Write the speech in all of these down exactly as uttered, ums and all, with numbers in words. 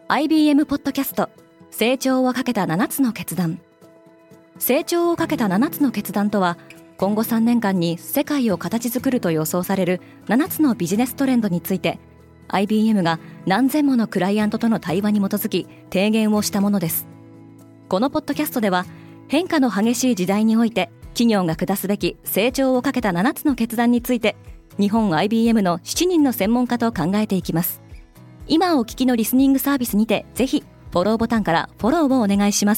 アイビーエム ポッドキャスト成長をかけたななつの決断。成長をかけたななつの決断とは、今後さんねんかんに世界を形作ると予想されるななつのビジネストレンドについて アイビーエム が何千ものクライアントとの対話に基づき提言をしたものです。このポッドキャストでは、変化の激しい時代において企業が下すべき成長をかけたななつの決断について、日本 アイビーエム のしちにんの専門家と考えていきます。今お聞きのリスニングサービスにて、ぜひフォローボタンからフォローをお願いします。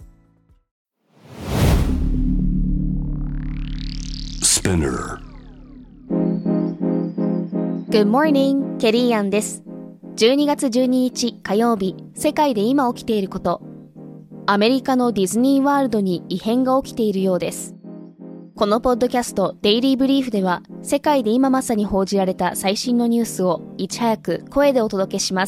Spinner Good morning, ケリーアンです。じゅうにがつじゅうににち火曜日、世界で今起きていること。アメリカのディズニーワールドに異変が起きているようです。このポッドキャストデイリーブリーフでは、世界で今まさに報じられた最新のニュースをいち早く声でお届けします。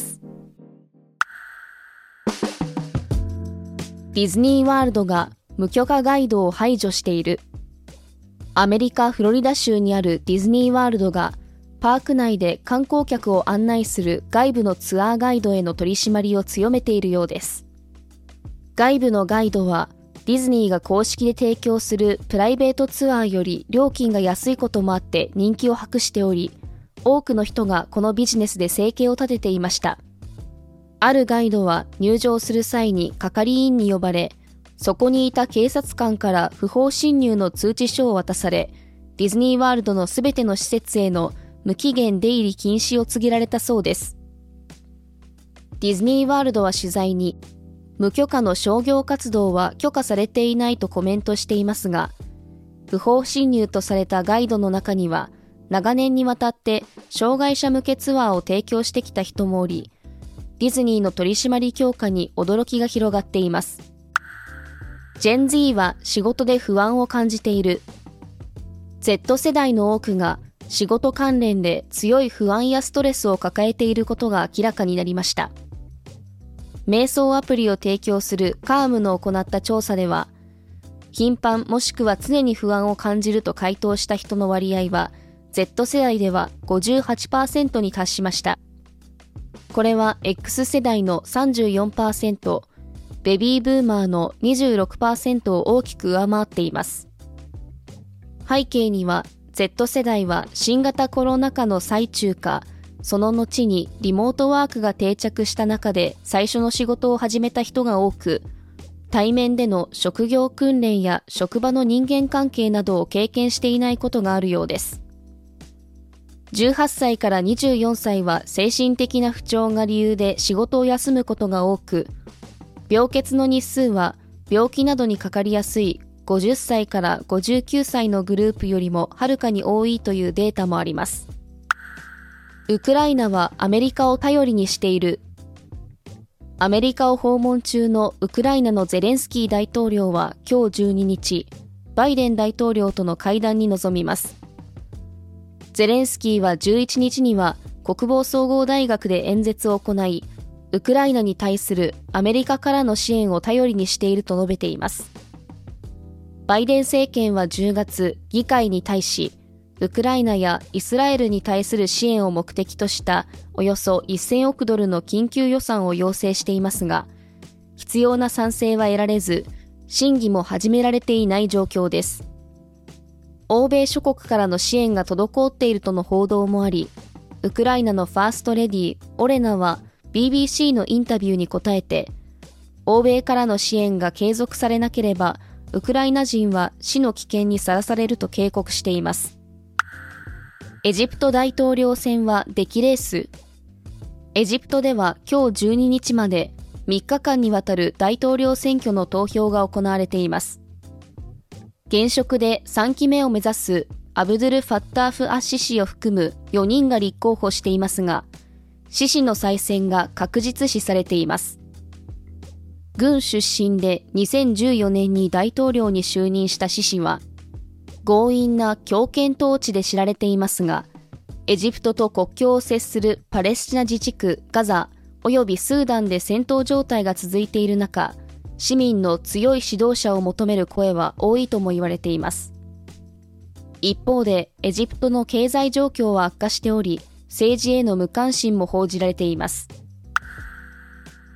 ディズニーワールドが無許可ガイドを排除している。アメリカ・フロリダ州にあるディズニーワールドがパーク内で観光客を案内する外部のツアーガイドへの取り締まりを強めているようです。外部のガイドはディズニーが公式で提供するプライベートツアーより料金が安いこともあって人気を博しており、多くの人がこのビジネスで生計を立てていました。あるガイドは入場する際に係員に呼ばれ、そこにいた警察官から不法侵入の通知書を渡され、ディズニーワールドのすべての施設への無期限出入り禁止を告げられたそうです。ディズニーワールドは取材に、無許可の商業活動は許可されていないとコメントしていますが、不法侵入とされたガイドの中には、長年にわたって障害者向けツアーを提供してきた人もおり、ディズニーの取り締まり強化に驚きが広がっています。ジェン Z は仕事で不安を感じている。Z 世代の多くが仕事関連で強い不安やストレスを抱えていることが明らかになりました。瞑想アプリを提供するカームの行った調査では、頻繁もしくは常に不安を感じると回答した人の割合は Z 世代では ごじゅうはちパーセント に達しました。これは X 世代の さんじゅうよんパーセント、ベビーブーマーの にじゅうろくパーセント を大きく上回っています。背景には Z 世代は新型コロナ禍の最中か、その後にリモートワークが定着した中で最初の仕事を始めた人が多く、対面での職業訓練や職場の人間関係などを経験していないことがあるようです。じゅうはっさいからにじゅうよんさいは精神的な不調が理由で仕事を休むことが多く、病欠の日数は病気などにかかりやすいごじゅっさいからごじゅうきゅうさいのグループよりもはるかに多いというデータもあります。ウクライナはアメリカを頼りにしている。アメリカを訪問中のウクライナのゼレンスキー大統領は今日じゅうににち、バイデン大統領との会談に臨みます。ゼレンスキーはじゅういちにちには国防総合大学で演説を行い、ウクライナに対するアメリカからの支援を頼りにしていると述べています。バイデン政権はじゅうがつ、議会に対し、ウクライナやイスラエルに対する支援を目的としたおよそせんおくドルの緊急予算を要請していますが、必要な賛成は得られず、審議も始められていない状況です。欧米諸国からの支援が滞っているとの報道もあり、ウクライナのファーストレディー、オレナは ビービーシー のインタビューに答えて、欧米からの支援が継続されなければ、ウクライナ人は死の危険にさらされると警告しています。エジプト大統領選は出来レース。エジプトでは今日じゅうににちまでみっかかんにわたる大統領選挙の投票が行われています。現職でさんきめを目指すアブドゥル・ファッターフ・アッシ氏を含むよにんが立候補していますが、シシの再選が確実視されています。軍出身でにせんじゅうよねんに大統領に就任したシシは、強引な強権統治で知られていますが、エジプトと国境を接するパレスチナ自治区ガザおよびスーダンで戦闘状態が続いている中、市民の強い指導者を求める声は多いとも言われています。一方でエジプトの経済状況は悪化しており、政治への無関心も報じられています。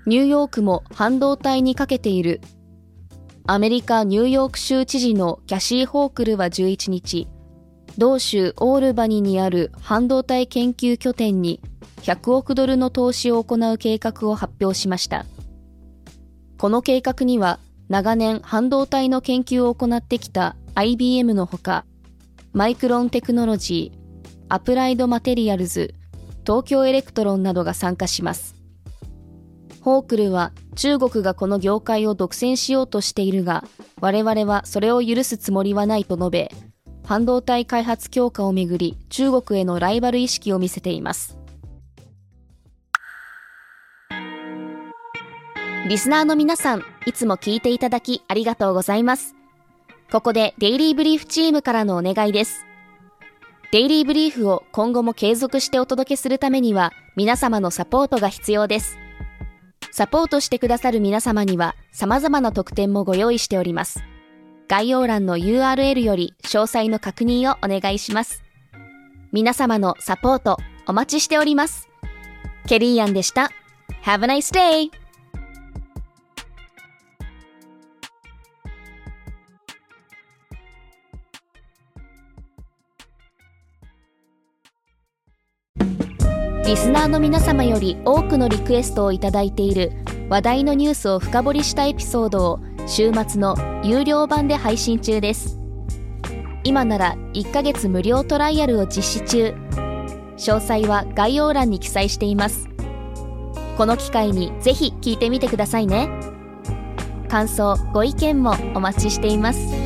ニューヨークも半導体にかけている。アメリカ・ニューヨーク州知事のキャシー・ホークルはじゅういちにち、同州オールバニにある半導体研究拠点にひゃくおくドルの投資を行う計画を発表しました。この計画には、長年半導体の研究を行ってきた アイビーエム のほか、マイクロンテクノロジー、アプライドマテリアルズ、東京エレクトロンなどが参加します。ホークルは中国がこの業界を独占しようとしているが、我々はそれを許すつもりはないと述べ、半導体開発強化をめぐり中国へのライバル意識を見せています。リスナーの皆さん、いつも聞いていただきありがとうございます。ここでデイリーブリーフチームからのお願いです。デイリーブリーフを今後も継続してお届けするためには皆様のサポートが必要です。サポートしてくださる皆様には様々な特典もご用意しております。概要欄の ユーアールエル より詳細の確認をお願いします。皆様のサポートお待ちしております。ケリーアンでした。Have a nice day! リスナーの皆様より多くのリクエストをいただいている話題のニュースを深掘りしたエピソードを週末の有料版で配信中です。今ならいっかげつ無料トライアルを実施中。詳細は概要欄に記載しています。この機会にぜひ聞いてみてくださいね。感想、ご意見もお待ちしています。